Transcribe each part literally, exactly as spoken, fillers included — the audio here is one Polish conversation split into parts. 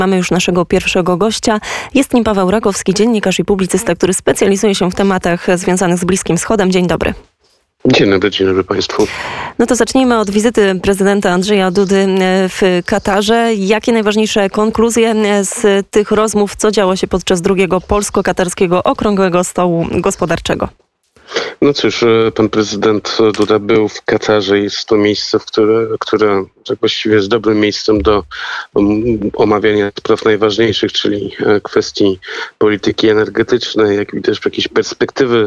Mamy już naszego pierwszego gościa. Jest nim Paweł Rakowski, dziennikarz i publicysta, który specjalizuje się w tematach związanych z Bliskim Wschodem. Dzień dobry. Dzień dobry, dzień dobry Państwu. No to zacznijmy od wizyty prezydenta Andrzeja Dudy w Katarze. Jakie najważniejsze konkluzje z tych rozmów, co działo się podczas drugiego polsko-katarskiego okrągłego stołu gospodarczego? No cóż, pan prezydent Duda był w Katarze. Jest to miejsce, w które, które tak właściwie jest dobrym miejscem do omawiania spraw najważniejszych, czyli kwestii polityki energetycznej, jak i też jakieś perspektywy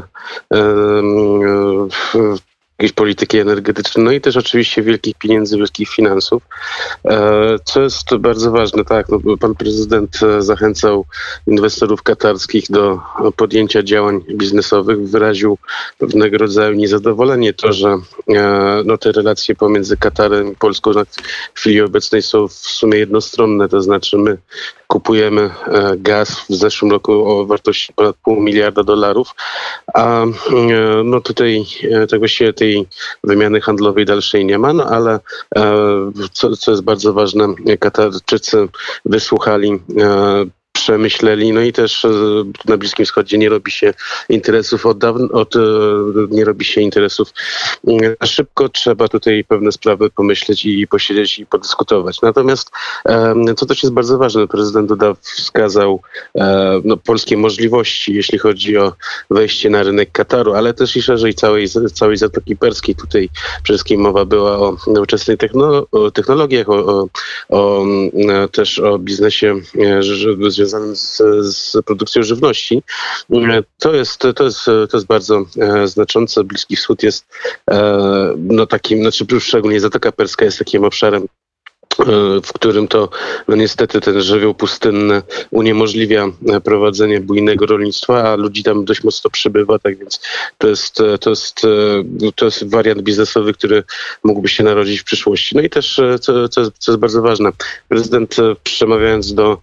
um, jakiejś polityki energetycznej, no i też oczywiście wielkich pieniędzy, wielkich finansów, co jest bardzo ważne. Tak, no, pan prezydent zachęcał inwestorów katarskich do podjęcia działań biznesowych, wyraził pewnego rodzaju niezadowolenie to, że no, te relacje pomiędzy Katarem i Polską na chwili obecnej są w sumie jednostronne, to znaczy my kupujemy gaz w zeszłym roku o wartości ponad pół miliarda dolarów, a no tutaj tak właściwie tej wymiany handlowej dalszej nie ma, no ale co, co jest bardzo ważne, Katarczycy wysłuchali, przemyśleli, no i też na Bliskim Wschodzie nie robi się interesów od dawna, od, nie robi się interesów szybko, trzeba tutaj pewne sprawy pomyśleć i posiedzieć i podyskutować. Natomiast co też jest bardzo ważne, prezydent Duda wskazał no, polskie możliwości, jeśli chodzi o wejście na rynek Kataru, ale też i szerzej całej, całej Zatoki Perskiej. Tutaj przede wszystkim mowa była o nowoczesnych technolo- o technologiach, o, o, o, też o biznesie związanym Z, z produkcją żywności. To jest, to jest, to jest bardzo e, znaczące. Bliski Wschód jest e, no takim, znaczy szczególnie Zatoka Perska jest takim obszarem, w którym to no niestety ten żywioł pustynny uniemożliwia prowadzenie bujnego rolnictwa, a ludzi tam dość mocno przybywa, tak więc to jest, to jest, to jest wariant biznesowy, który mógłby się narodzić w przyszłości. No i też, co, co, co jest bardzo ważne, prezydent przemawiając do,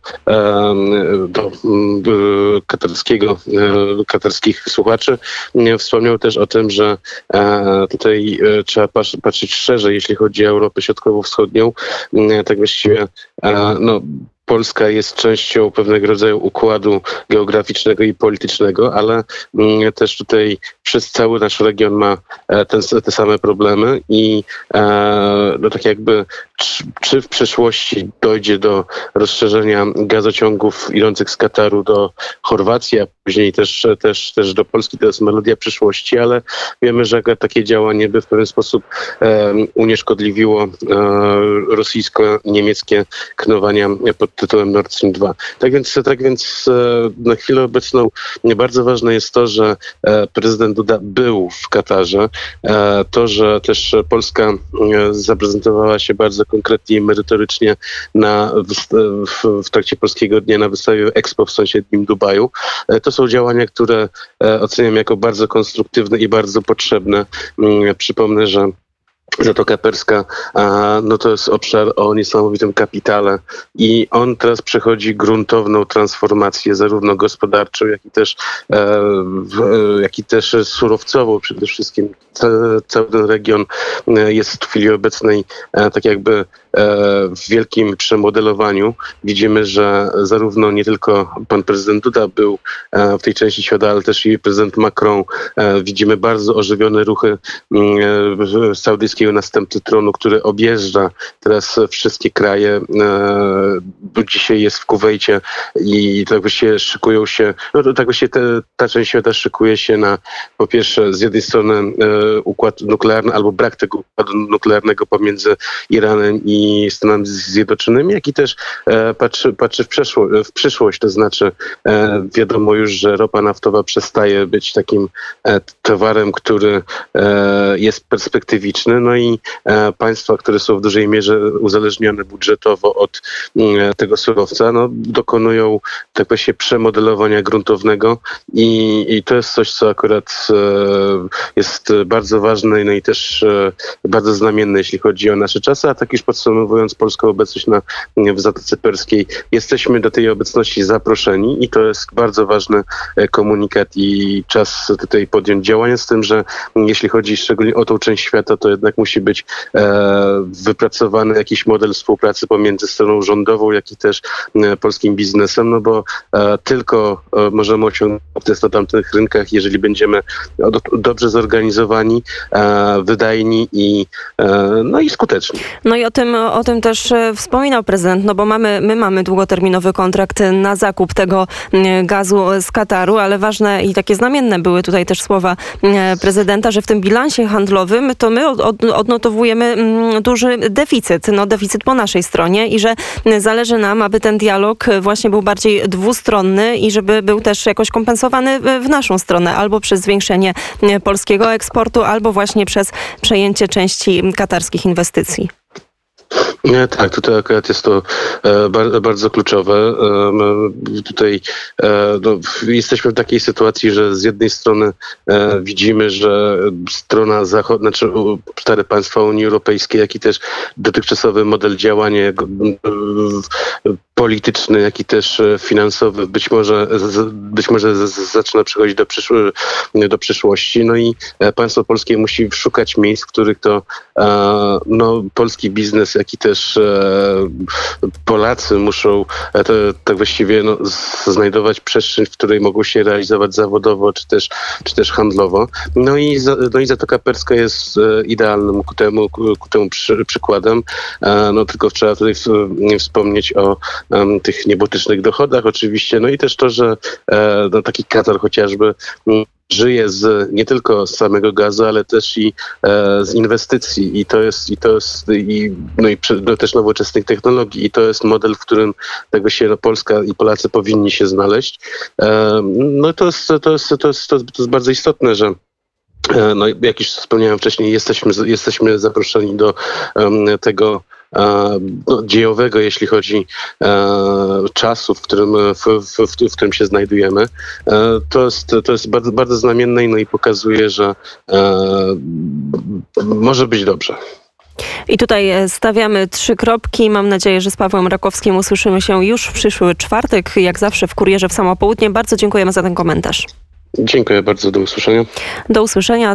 do katarskiego, katarskich słuchaczy, wspomniał też o tym, że tutaj trzeba patrzeć szerzej, jeśli chodzi o Europę Środkowo-Wschodnią. Tak właściwie no, Polska jest częścią pewnego rodzaju układu geograficznego i politycznego, ale też tutaj przez cały nasz region ma ten, te same problemy i no tak jakby czy, czy w przyszłości dojdzie do rozszerzenia gazociągów idących z Kataru do Chorwacji, a później też, też, też do Polski, to jest melodia przyszłości, ale wiemy, że takie działanie by w pewien sposób um, unieszkodliwiło um, rosyjsko-niemieckie knowania pod tytułem Nord Stream dwa. Tak więc, tak więc na chwilę obecną bardzo ważne jest to, że prezydent Duda był w Katarze. To, że też Polska zaprezentowała się bardzo konkretnie i merytorycznie na, w, w, w trakcie Polskiego Dnia na wystawie Expo w sąsiednim Dubaju. To są działania, które oceniam jako bardzo konstruktywne i bardzo potrzebne. Przypomnę, że Zatoka Perska, no to jest obszar o niesamowitym kapitale i on teraz przechodzi gruntowną transformację, zarówno gospodarczą, jak i też, jak i też surowcową przede wszystkim. Cały ten region jest w chwili obecnej tak jakby w wielkim przemodelowaniu. Widzimy, że zarówno nie tylko pan prezydent Duda był w tej części świata, ale też i prezydent Macron. Widzimy bardzo ożywione ruchy saudyjskiego następcy tronu, który objeżdża teraz wszystkie kraje. Dzisiaj jest w Kuwejcie i tak właściwie szykują się, no tak właściwie te, ta część świata szykuje się na po pierwsze z jednej strony układ nuklearny albo brak tego układu nuklearnego pomiędzy Iranem i Stanami Zjednoczonymi, jak i też e, patrzy, patrzy w, przeszło, w przyszłość, to znaczy e, wiadomo już, że ropa naftowa przestaje być takim e, towarem, który e, jest perspektywiczny, no i e, państwa, które są w dużej mierze uzależnione budżetowo od e, tego surowca, no, dokonują tak właśnie przemodelowania gruntownego i, i to jest coś, co akurat e, jest bardzo ważne, no i też e, bardzo znamienne, jeśli chodzi o nasze czasy, a tak już podsumowując polską obecność na, w Zatoce Perskiej, jesteśmy do tej obecności zaproszeni i to jest bardzo ważny komunikat i czas tutaj podjąć działania, z tym, że jeśli chodzi szczególnie o tą część świata, to jednak musi być wypracowany jakiś model współpracy pomiędzy stroną rządową, jak i też polskim biznesem, no bo tylko możemy osiągnąć sukces na tamtych rynkach, jeżeli będziemy dobrze zorganizowani, wydajni i, no i skuteczni. No i o tym, o tym też wspominał prezydent, no bo mamy, my mamy długoterminowy kontrakt na zakup tego gazu z Kataru, ale ważne i takie znamienne były tutaj też słowa prezydenta, że w tym bilansie handlowym to my od, odnotowujemy duży deficyt, no deficyt po naszej stronie i że zależy nam, aby ten dialog właśnie był bardziej dwustronny i żeby był też jakoś kompensowany w naszą stronę, albo przez zwiększenie polskiego eksportu, albo właśnie przez przejęcie części katarskich inwestycji. Nie, tak, tutaj akurat jest to e, bar, bardzo kluczowe. E, tutaj e, no, jesteśmy w takiej sytuacji, że z jednej strony e, widzimy, że strona zachodnia, znaczy cztery państwa Unii Europejskiej, jak i też dotychczasowy model działania e, polityczny, jak i też finansowy być może, z, być może z, z, zaczyna przychodzić do, przyszły, do przyszłości. No i państwo polskie musi szukać miejsc, w których to e, no, polski biznes, jak i też e, Polacy muszą e, to, tak właściwie no, z, znajdować przestrzeń, w której mogą się realizować zawodowo, czy też, czy też handlowo. No i, za, no i Zatoka Perska jest e, idealnym ku temu, ku, ku temu przy, przykładem. E, no tylko trzeba tutaj w, wspomnieć o um, tych niebotycznych dochodach oczywiście, no i też to, że e, no, taki Katar chociażby m, żyje z, nie tylko z samego gazu, ale też i e, z inwestycji i to jest, i to jest i, no i przy, no, też nowoczesnych technologii i to jest model, w którym tego się no, Polska i Polacy powinni się znaleźć. E, no to jest, to jest, to jest, to jest, to jest bardzo istotne, że no, jak już wspomniałem wcześniej, jesteśmy, jesteśmy zaproszeni do um, tego no, dziejowego, jeśli chodzi e, czasu, w którym, w, w, w, w którym się znajdujemy. E, to jest, to jest bardzo, bardzo znamienne no i pokazuje, że e, może być dobrze. I tutaj stawiamy trzy kropki. Mam nadzieję, że z Pawłem Rakowskim usłyszymy się już w przyszły czwartek, jak zawsze w Kurierze w samo południe. Bardzo dziękujemy za ten komentarz. Dziękuję bardzo. Do usłyszenia. Do usłyszenia.